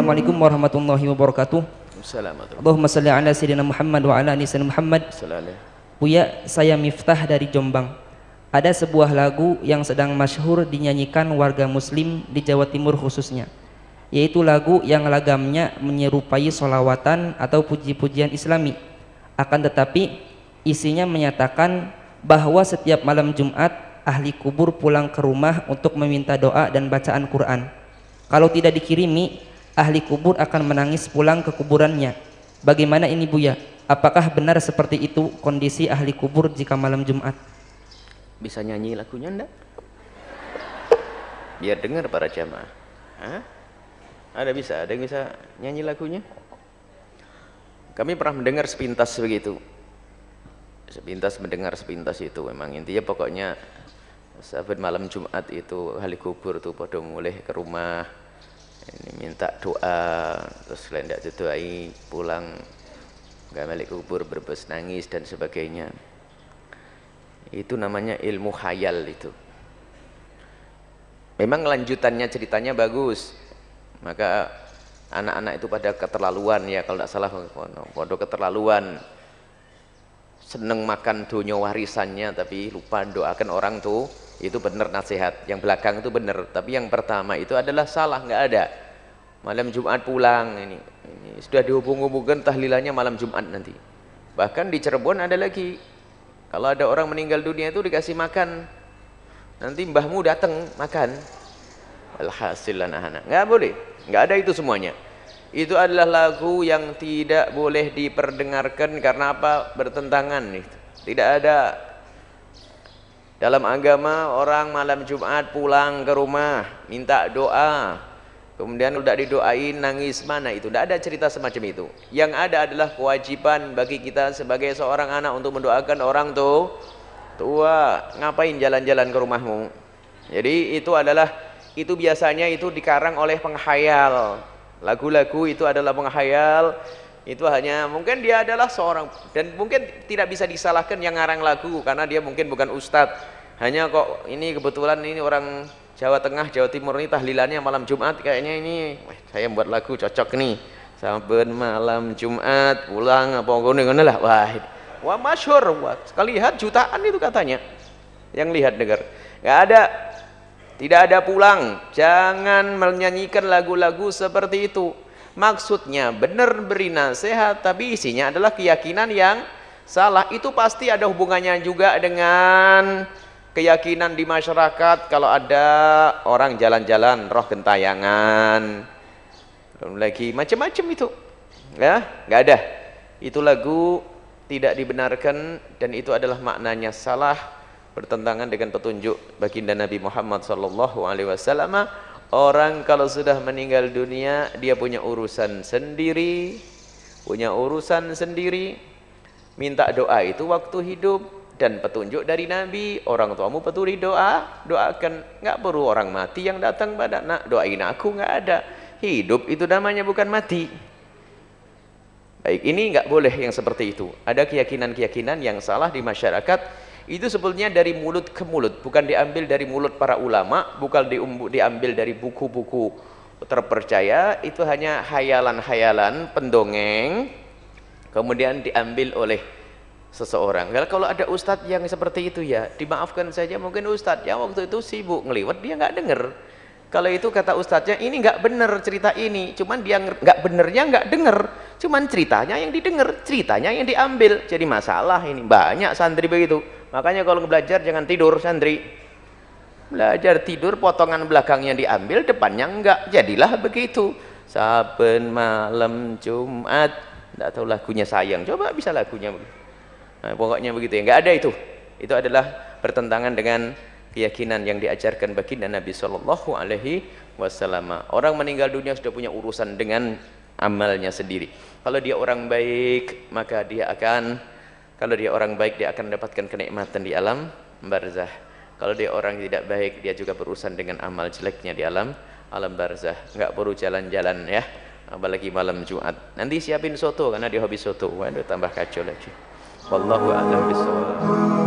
Assalamualaikum warahmatullahi wabarakatuh. Assalamualaikum. Allahumma salli ala sayyidina Muhammad wa ala ali sayyidina Muhammad. Buya, saya Miftah dari Jombang. Ada sebuah lagu yang sedang masyhur dinyanyikan warga muslim di Jawa Timur khususnya, yaitu lagu yang lagamnya menyerupai solawatan atau puji-pujian islami. Akan tetapi isinya menyatakan bahwa setiap malam Jumat ahli kubur pulang ke rumah untuk meminta doa dan bacaan Quran. Kalau tidak dikirimi, ahli kubur akan menangis pulang ke kuburannya. Bagaimana ini Buya? Apakah benar seperti itu kondisi ahli kubur jika malam Jumat? Bisa nyanyi lagunya enggak? Biar dengar para jamaah. Hah? Ada yang bisa nyanyi lagunya? Kami pernah mendengar sepintas begitu. Sepintas mendengar sepintas itu memang intinya pokoknya sahabat malam Jumat itu ahli kubur tuh pada mulai ke rumah ini minta doa, terus lain tidak didoai pulang nggak balik kubur berbes nangis dan sebagainya. Itu namanya ilmu khayal itu. Memang lanjutannya ceritanya bagus, maka anak-anak itu pada keterlaluan ya, kalau tidak salah pada keterlaluan seneng makan dunia warisannya tapi lupa doakan orang tuh. Itu benar nasihat, yang belakang itu benar, tapi yang pertama itu adalah salah, nggak ada. Malam Jumat pulang ini sudah dihubung-hubungkan tahlilannya malam Jumat nanti. Bahkan di Cirebon ada lagi, kalau ada orang meninggal dunia itu dikasih makan, nanti mbahmu datang makan. Alhasil anak-anak nggak boleh, nggak ada itu semuanya. Itu adalah lagu yang tidak boleh diperdengarkan karena apa? Bertentangan itu. Tidak ada dalam agama orang malam Jumat pulang ke rumah minta doa, kemudian udah didoain nangis, mana itu? Tidak ada cerita semacam itu. Yang ada adalah kewajiban bagi kita sebagai seorang anak untuk mendoakan orang tua. Ngapain jalan-jalan ke rumahmu? Jadi itu biasanya itu dikarang oleh penghayal. Lagu-lagu itu adalah penghayal. Itu hanya mungkin dia adalah seorang, dan mungkin tidak bisa disalahkan yang ngarang lagu karena dia mungkin bukan ustadz, hanya kok ini kebetulan ini orang Jawa Tengah, Jawa Timur ini tahlilannya malam Jumat, kayaknya ini saya buat lagu cocok nih, saben malam Jumat pulang apa ngono lah, wah masyhur, wah sekali lihat jutaan itu katanya yang lihat dengar. Nggak ada, tidak ada pulang, jangan menyanyikan lagu-lagu seperti itu. Maksudnya benar beri nasihat tapi isinya adalah keyakinan yang salah. Itu pasti ada hubungannya juga dengan keyakinan di masyarakat. Kalau ada orang jalan-jalan roh gentayangan, belum lagi macam-macam itu ya, nggak ada. Itu lagu tidak dibenarkan dan itu adalah maknanya salah, bertentangan dengan petunjuk baginda Nabi Muhammad SAW. Orang kalau sudah meninggal dunia dia punya urusan sendiri, minta doa itu waktu hidup dan petunjuk dari Nabi. Orang tuamu petuli doakan, nggak perlu orang mati yang datang pada nak doain aku, nggak ada. Hidup itu namanya bukan mati. Baik, ini nggak boleh yang seperti itu. Ada keyakinan-keyakinan yang salah di masyarakat. Itu sebetulnya dari mulut ke mulut, bukan diambil dari mulut para ulama, bukan diambil dari buku-buku terpercaya. Itu hanya hayalan-hayalan pendongeng kemudian diambil oleh seseorang. Kalau ada ustadz yang seperti itu ya dimaafkan saja, mungkin ustadz yang waktu itu sibuk ngeliwat, dia nggak dengar. Kalau itu kata ustadznya ini nggak benar cerita ini, cuman dia nggak benernya nggak denger, cuman ceritanya yang didengar, ceritanya yang diambil. Jadi masalah ini banyak santri begitu. Makanya kalau belajar jangan tidur santri. Belajar tidur potongan belakangnya diambil, depannya enggak. Jadilah begitu. Saben malam Jumat, enggak tahu lagunya sayang. Coba bisa lagunya begitu. Nah, pokoknya begitu ya. Enggak ada itu. Itu adalah bertentangan dengan keyakinan yang diajarkan baginda Nabi Shallallahu Alaihi Wasallam. Orang meninggal dunia sudah punya urusan dengan amalnya sendiri. Kalau dia orang baik, maka dia akan mendapatkan kenikmatan di alam barzah. Kalau dia orang tidak baik, dia juga berurusan dengan amal jeleknya di alam barzah. Nggak perlu jalan-jalan ya, apalagi malam Jumat. Nanti siapin soto karena dia hobi soto. Waduh, tambah kacau lagi. Wallahu a'lam bishawab.